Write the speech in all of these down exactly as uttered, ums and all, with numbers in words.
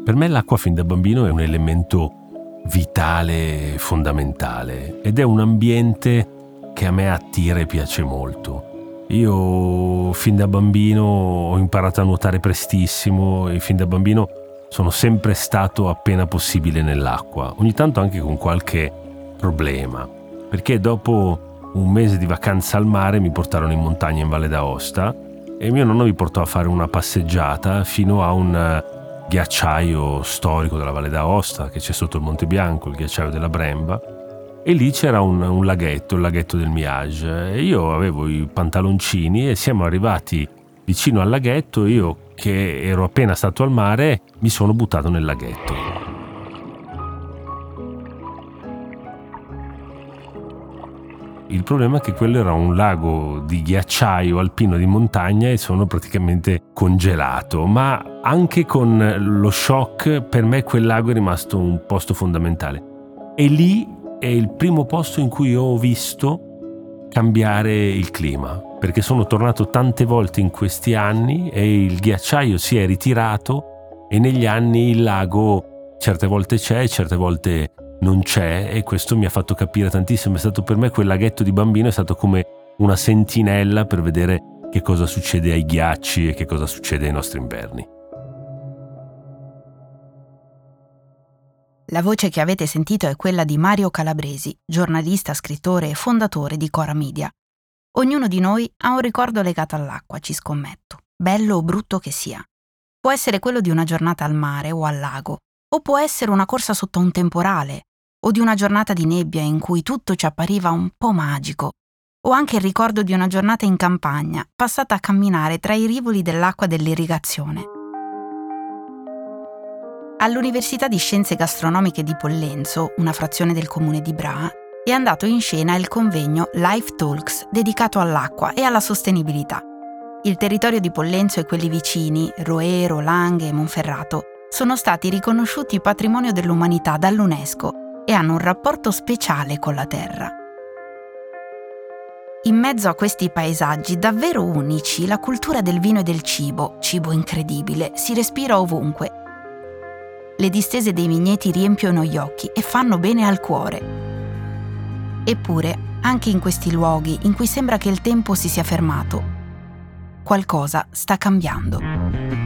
Per me l'acqua fin da bambino è un elemento vitale, fondamentale, ed è un ambiente che a me attira e piace molto. Io fin da bambino ho imparato a nuotare prestissimo e fin da bambino sono sempre stato appena possibile nell'acqua, ogni tanto anche con qualche problema, perché dopo un mese di vacanza al mare mi portarono in montagna in Valle d'Aosta e mio nonno mi portò a fare una passeggiata fino a un ghiacciaio storico della Valle d'Aosta che c'è sotto il Monte Bianco, il ghiacciaio della Bremba, e lì c'era un, un laghetto, il laghetto del Miage, e io avevo i pantaloncini e siamo arrivati vicino al laghetto. Io, che ero appena stato al mare, mi sono buttato nel laghetto. Il problema è che quello era un lago di ghiacciaio alpino di montagna e sono praticamente congelato, ma anche con lo shock per me quel lago è rimasto un posto fondamentale. E lì è il primo posto in cui ho visto cambiare il clima, perché sono tornato tante volte in questi anni e il ghiacciaio si è ritirato e negli anni il lago certe volte c'è, certe volte non c'è, e questo mi ha fatto capire tantissimo. È stato per me quel laghetto di bambino, è stato come una sentinella per vedere che cosa succede ai ghiacci e che cosa succede ai nostri inverni. La voce che avete sentito è quella di Mario Calabresi, giornalista, scrittore e fondatore di Cora Media. Ognuno di noi ha un ricordo legato all'acqua, ci scommetto, bello o brutto che sia. Può essere quello di una giornata al mare o al lago, o può essere una corsa sotto un temporale, o di una giornata di nebbia in cui tutto ci appariva un po' magico, o anche il ricordo di una giornata in campagna, passata a camminare tra i rivoli dell'acqua dell'irrigazione. All'Università di Scienze Gastronomiche di Pollenzo, una frazione del comune di Bra, è andato in scena il convegno Life Talks dedicato all'acqua e alla sostenibilità. Il territorio di Pollenzo e quelli vicini, Roero, Langhe e Monferrato, sono stati riconosciuti patrimonio dell'umanità dall'UNESCO e hanno un rapporto speciale con la terra. In mezzo a questi paesaggi davvero unici, la cultura del vino e del cibo, cibo incredibile, si respira ovunque. Le distese dei vigneti riempiono gli occhi e fanno bene al cuore. Eppure, anche in questi luoghi in cui sembra che il tempo si sia fermato, qualcosa sta cambiando.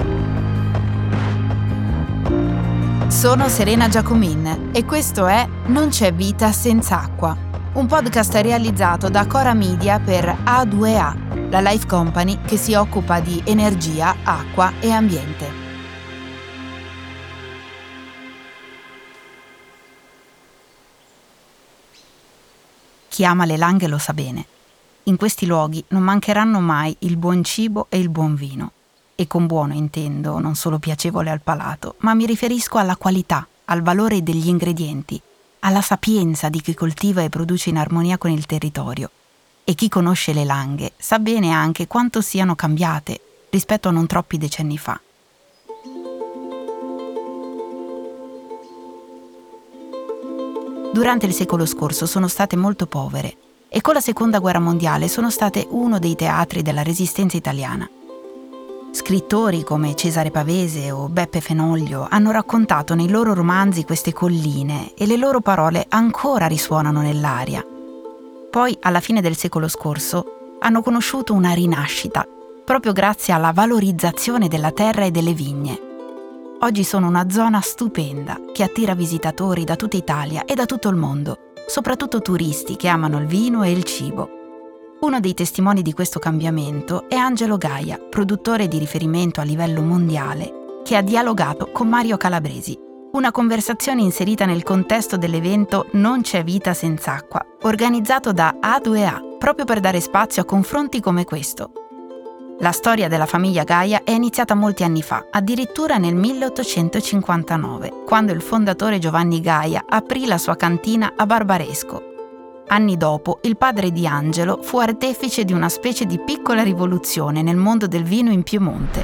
Sono Serena Giacomin e questo è Non c'è vita senza acqua, un podcast realizzato da Cora Media per A due A, la life company che si occupa di energia, acqua e ambiente. Chi ama le Langhe lo sa bene. In questi luoghi non mancheranno mai il buon cibo e il buon vino. E con buono intendo non solo piacevole al palato, ma mi riferisco alla qualità, al valore degli ingredienti, alla sapienza di chi coltiva e produce in armonia con il territorio. E chi conosce le Langhe sa bene anche quanto siano cambiate rispetto a non troppi decenni fa. Durante il secolo scorso sono state molto povere e con la Seconda Guerra Mondiale sono state uno dei teatri della Resistenza italiana. Scrittori come Cesare Pavese o Beppe Fenoglio hanno raccontato nei loro romanzi queste colline e le loro parole ancora risuonano nell'aria. Poi, alla fine del secolo scorso, hanno conosciuto una rinascita, proprio grazie alla valorizzazione della terra e delle vigne. Oggi sono una zona stupenda che attira visitatori da tutta Italia e da tutto il mondo, soprattutto turisti che amano il vino e il cibo. Uno dei testimoni di questo cambiamento è Angelo Gaia, produttore di riferimento a livello mondiale, che ha dialogato con Mario Calabresi. Una conversazione inserita nel contesto dell'evento Non c'è vita senza acqua, organizzato da A due A, proprio per dare spazio a confronti come questo. La storia della famiglia Gaia è iniziata molti anni fa, addirittura nel milleottocentocinquantanove, quando il fondatore Giovanni Gaia aprì la sua cantina a Barbaresco. Anni dopo, il padre di Angelo fu artefice di una specie di piccola rivoluzione nel mondo del vino in Piemonte.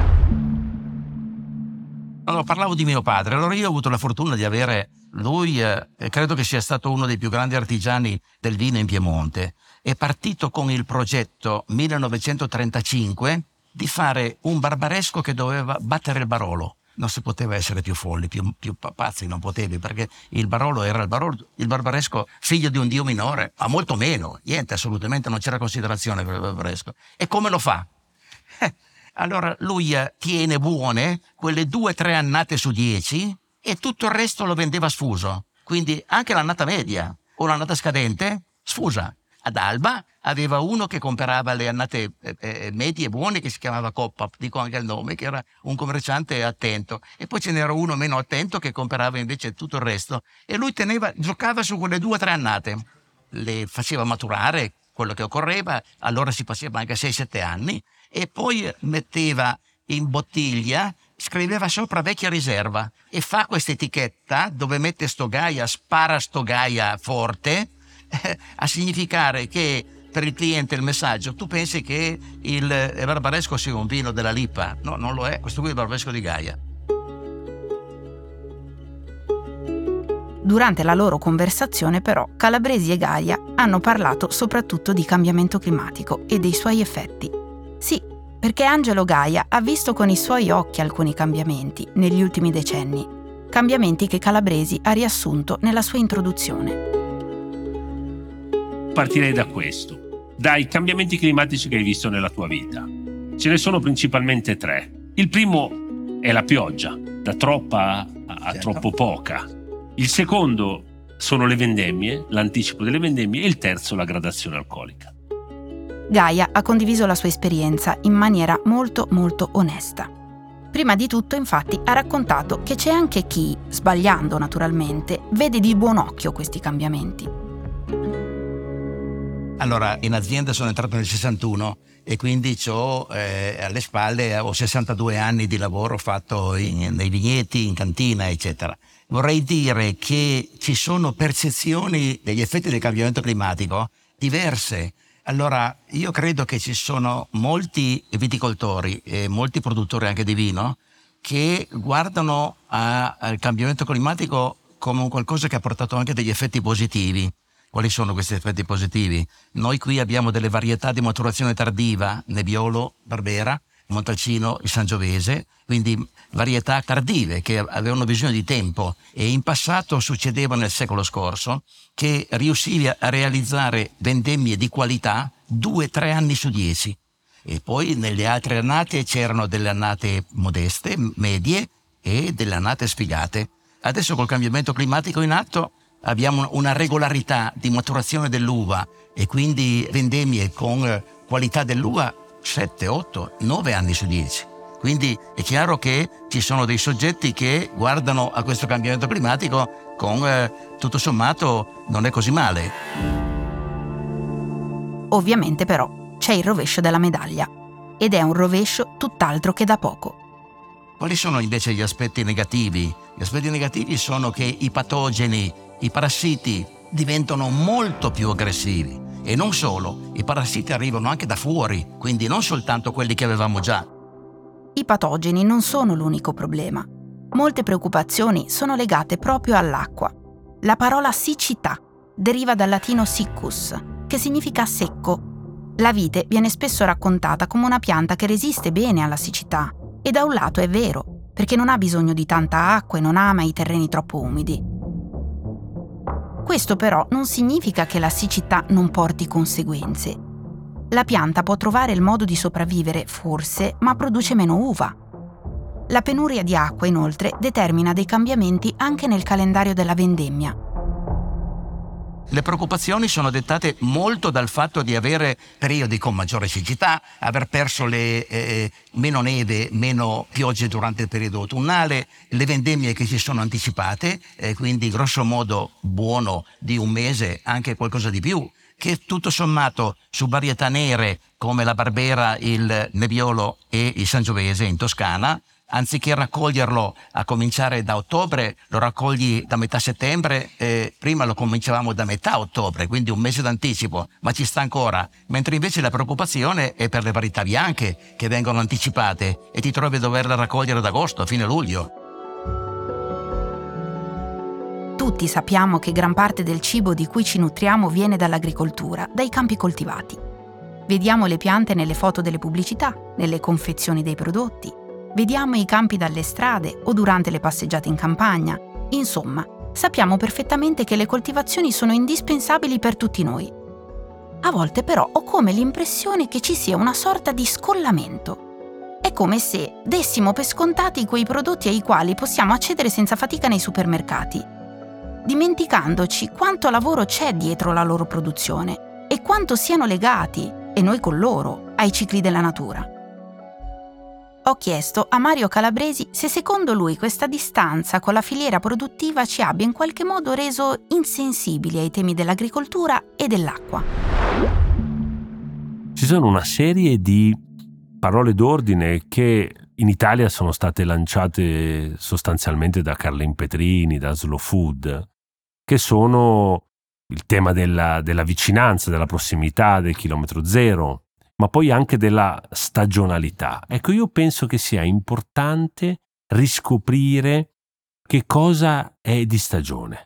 Allora, parlavo di mio padre. Allora io ho avuto la fortuna di avere lui, eh, credo che sia stato uno dei più grandi artigiani del vino in Piemonte. È partito con il progetto millenovecentotrentacinque di fare un barbaresco che doveva battere il Barolo. non si poteva essere più folli, più, più pazzi, non potevi, perché il Barolo era il Barolo, il Barbaresco figlio di un dio minore, ma molto meno, niente, assolutamente non c'era considerazione per il Barbaresco. E come lo fa? Eh, allora lui tiene buone quelle due o tre annate su dieci e tutto il resto lo vendeva sfuso, quindi anche l'annata media o l'annata scadente sfusa. Ad Alba aveva uno che comprava le annate eh, eh, medie buone, che si chiamava Coppa, dico anche il nome, che era un commerciante attento, e poi ce n'era uno meno attento che comprava invece tutto il resto, e lui teneva, giocava su quelle due o tre annate, le faceva maturare quello che occorreva, allora si passava anche sei sette anni, e poi metteva in bottiglia, scriveva sopra vecchia riserva e fa questa etichetta dove mette sto Gaia, spara sto Gaia forte, a significare che per il cliente il messaggio, tu pensi che il Barbaresco sia un vino della Lippa? No, non lo è, questo qui è il Barbaresco di Gaia. Durante la loro conversazione però Calabresi e Gaia hanno parlato soprattutto di cambiamento climatico e dei suoi effetti. Sì, perché Angelo Gaia ha visto con i suoi occhi alcuni cambiamenti negli ultimi decenni, cambiamenti che Calabresi ha riassunto nella sua introduzione. Partirei da questo, dai cambiamenti climatici che hai visto nella tua vita. Ce ne sono principalmente tre. Il primo è la pioggia, da troppa a, a troppo poca. Il secondo sono le vendemmie, l'anticipo delle vendemmie, e il terzo la gradazione alcolica. Gaia ha condiviso la sua esperienza in maniera molto molto onesta. Prima di tutto, infatti, ha raccontato che c'è anche chi, sbagliando naturalmente, vede di buon occhio questi cambiamenti. Allora, in azienda sono entrato nel sessantuno e quindi ho eh, alle spalle ho sessantadue anni di lavoro fatto in, nei vigneti, in cantina, eccetera. Vorrei dire che ci sono percezioni degli effetti del cambiamento climatico diverse. Allora, io credo che ci sono molti viticoltori e molti produttori anche di vino che guardano a, al cambiamento climatico come un qualcosa che ha portato anche degli effetti positivi. Quali sono questi effetti positivi? Noi qui abbiamo delle varietà di maturazione tardiva, Nebbiolo, Barbera, Montalcino, il Sangiovese, quindi varietà tardive che avevano bisogno di tempo, e in passato succedeva nel secolo scorso che riuscivi a realizzare vendemmie di qualità due o tre anni su dieci, e poi nelle altre annate c'erano delle annate modeste, medie, e delle annate sfigate. Adesso col cambiamento climatico in atto abbiamo una regolarità di maturazione dell'uva e quindi vendemmie con qualità dell'uva sette, otto, nove anni su dieci. Quindi è chiaro che ci sono dei soggetti che guardano a questo cambiamento climatico con eh, tutto sommato non è così male. Ovviamente però c'è il rovescio della medaglia, ed è un rovescio tutt'altro che da poco. Quali sono invece gli aspetti negativi? Gli aspetti negativi sono che i patogeni, i parassiti diventano molto più aggressivi, e non solo, i parassiti arrivano anche da fuori, quindi non soltanto quelli che avevamo già. I patogeni non sono l'unico problema. Molte preoccupazioni sono legate proprio all'acqua. La parola siccità deriva dal latino siccus, che significa secco. La vite viene spesso raccontata come una pianta che resiste bene alla siccità, e da un lato è vero, perché non ha bisogno di tanta acqua e non ama i terreni troppo umidi. Questo però non significa che la siccità non porti conseguenze. La pianta può trovare il modo di sopravvivere, forse, ma produce meno uva. La penuria di acqua, inoltre, determina dei cambiamenti anche nel calendario della vendemmia. Le preoccupazioni sono dettate molto dal fatto di avere periodi con maggiore siccità, aver perso le, eh, meno neve, meno piogge durante il periodo autunnale, le vendemmie che si sono anticipate, eh, quindi grosso modo buono di un mese, anche qualcosa di più, che tutto sommato su varietà nere come la Barbera, il Nebbiolo e il Sangiovese in Toscana, anziché raccoglierlo a cominciare da ottobre, lo raccogli da metà settembre, eh, prima lo cominciavamo da metà ottobre, quindi un mese d'anticipo, ma ci sta ancora, mentre invece la preoccupazione è per le varietà bianche che vengono anticipate e ti trovi a doverle raccogliere ad agosto, a fine luglio. Tutti sappiamo che gran parte del cibo di cui ci nutriamo viene dall'agricoltura, dai campi coltivati. Vediamo le piante nelle foto delle pubblicità, nelle confezioni dei prodotti. vediamo i campi dalle strade o durante le passeggiate in campagna. Insomma, sappiamo perfettamente che le coltivazioni sono indispensabili per tutti noi. A volte però ho come l'impressione che ci sia una sorta di scollamento. È come se dessimo per scontati quei prodotti ai quali possiamo accedere senza fatica nei supermercati, dimenticandoci quanto lavoro c'è dietro la loro produzione e quanto siano legati, e noi con loro, ai cicli della natura. Ho chiesto a Mario Calabresi se secondo lui questa distanza con la filiera produttiva ci abbia in qualche modo reso insensibili ai temi dell'agricoltura e dell'acqua. Ci sono una serie di parole d'ordine che in Italia sono state lanciate sostanzialmente da Carla Impetrini, da Slow Food, che sono il tema della, della vicinanza, della prossimità, del chilometro zero, ma poi anche della stagionalità. Ecco, io penso che sia importante riscoprire che cosa è di stagione,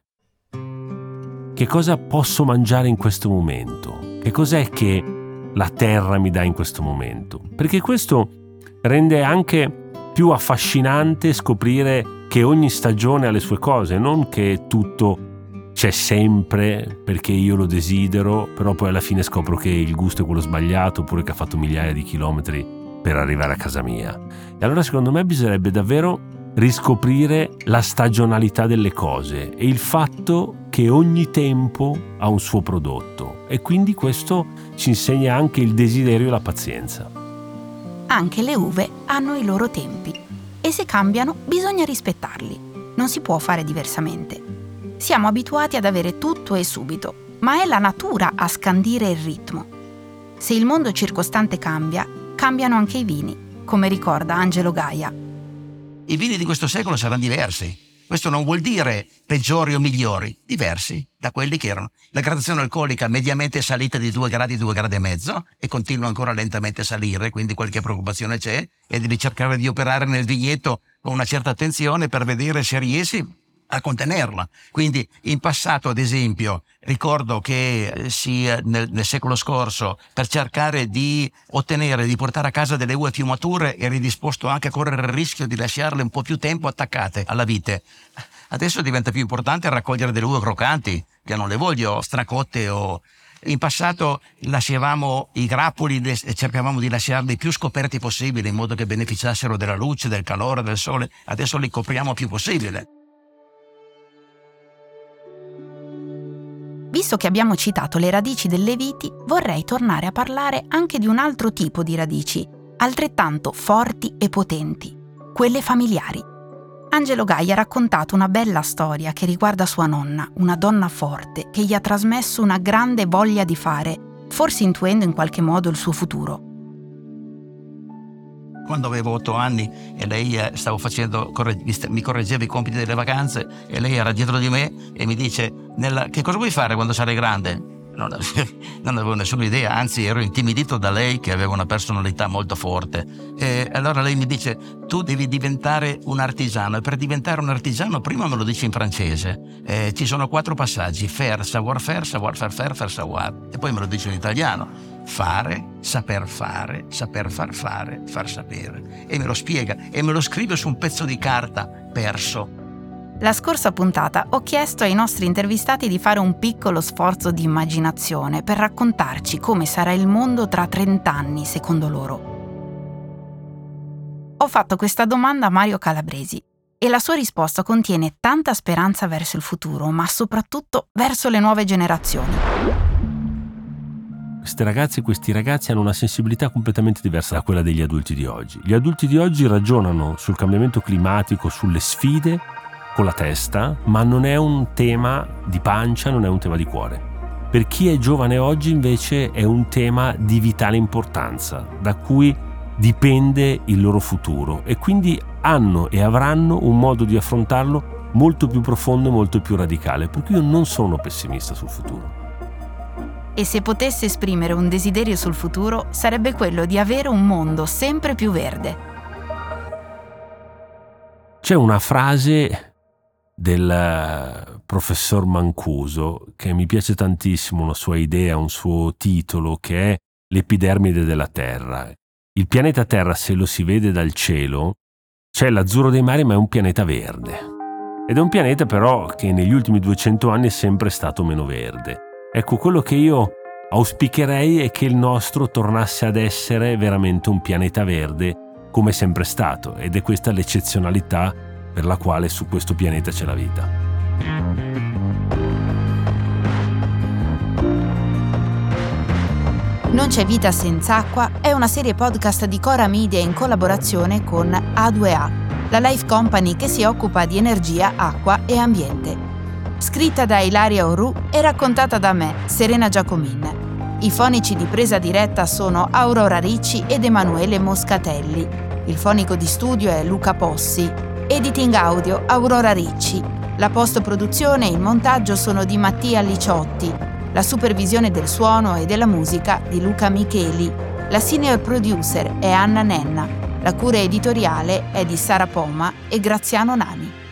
che cosa posso mangiare in questo momento, che cos'è che la terra mi dà in questo momento, perché questo rende anche più affascinante scoprire che ogni stagione ha le sue cose, non che tutto c'è sempre perché io lo desidero, però poi alla fine scopro che il gusto è quello sbagliato, oppure che ha fatto migliaia di chilometri per arrivare a casa mia. E allora secondo me bisognerebbe davvero riscoprire la stagionalità delle cose e il fatto che ogni tempo ha un suo prodotto, e quindi questo ci insegna anche il desiderio e la pazienza. Anche le uve hanno i loro tempi e se cambiano bisogna rispettarli. Non si può fare diversamente. Siamo abituati ad avere tutto e subito, ma è la natura a scandire il ritmo. Se il mondo circostante cambia, cambiano anche i vini, come ricorda Angelo Gaia. I vini di questo secolo saranno diversi. Questo non vuol dire peggiori o migliori, diversi da quelli che erano. La gradazione alcolica mediamente è salita di due gradi, due gradi e mezzo e continua ancora lentamente a salire, quindi qualche preoccupazione c'è e devi cercare di operare nel vigneto con una certa attenzione per vedere se riesci a contenerla. Quindi in passato, ad esempio, ricordo che si, nel, nel secolo scorso, per cercare di ottenere, di portare a casa delle uve più mature, eri disposto anche a correre il rischio di lasciarle un po' più tempo attaccate alla vite. Adesso diventa più importante raccogliere delle uve croccanti, che non le voglio stracotte o... In passato lasciavamo i grappoli e cercavamo di lasciarli più scoperti possibile in modo che beneficiassero della luce, del calore, del sole. Adesso li copriamo più possibile. Visto che abbiamo citato le radici delle viti, vorrei tornare a parlare anche di un altro tipo di radici, altrettanto forti e potenti, quelle familiari. Angelo Gaia ha raccontato una bella storia che riguarda sua nonna, una donna forte che gli ha trasmesso una grande voglia di fare, forse intuendo in qualche modo il suo futuro. Quando avevo otto anni e lei eh, stavo facendo, corre, mi correggeva i compiti delle vacanze e lei era dietro di me e mi dice: Nella, che cosa vuoi fare quando sarai grande? Non, non avevo nessuna idea, anzi ero intimidito da lei che aveva una personalità molto forte. E allora lei mi dice: tu devi diventare un artigiano, e per diventare un artigiano prima me lo dici in francese. Eh, ci sono quattro passaggi: faire, savoir faire, savoir faire faire, faire savoir, e poi me lo dice in italiano. Fare, saper fare, saper far fare, far sapere. E me lo spiega e me lo scrive su un pezzo di carta perso. La scorsa puntata ho chiesto ai nostri intervistati di fare un piccolo sforzo di immaginazione per raccontarci come sarà il mondo tra trent'anni secondo loro. Ho fatto questa domanda a Mario Calabresi e la sua risposta contiene tanta speranza verso il futuro, ma soprattutto verso le nuove generazioni. Queste ragazze e questi ragazzi hanno una sensibilità completamente diversa da quella degli adulti di oggi. Gli adulti di oggi ragionano sul cambiamento climatico, sulle sfide, con la testa, ma non è un tema di pancia, non è un tema di cuore. Per chi è giovane oggi invece è un tema di vitale importanza, da cui dipende il loro futuro, e quindi hanno e avranno un modo di affrontarlo molto più profondo e molto più radicale, per cui io non sono pessimista sul futuro. E se potesse esprimere un desiderio sul futuro, sarebbe quello di avere un mondo sempre più verde. C'è una frase del professor Mancuso che mi piace tantissimo, una sua idea, un suo titolo, che è l'epidermide della Terra. Il pianeta Terra, se lo si vede dal cielo, C'è l'azzurro dei mari, ma è un pianeta verde. Ed è un pianeta però che negli ultimi duecento anni è sempre stato meno verde. Ecco, quello che io auspicherei è che il nostro tornasse ad essere veramente un pianeta verde come è sempre stato, ed è questa l'eccezionalità per la quale su questo pianeta c'è la vita. Non c'è vita senza acqua è una serie podcast di Cora Media in collaborazione con A due A, la life company che si occupa di energia, acqua e ambiente. Scritta da Ilaria Orru e raccontata da me, Serena Giacomin. I fonici di presa diretta sono Aurora Ricci ed Emanuele Moscatelli. Il fonico di studio è Luca Possi. Editing audio Aurora Ricci. La post-produzione e il montaggio sono di Mattia Liciotti. La supervisione del suono e della musica di Luca Micheli. La senior producer è Anna Nenna. La cura editoriale è di Sara Poma e Graziano Nani.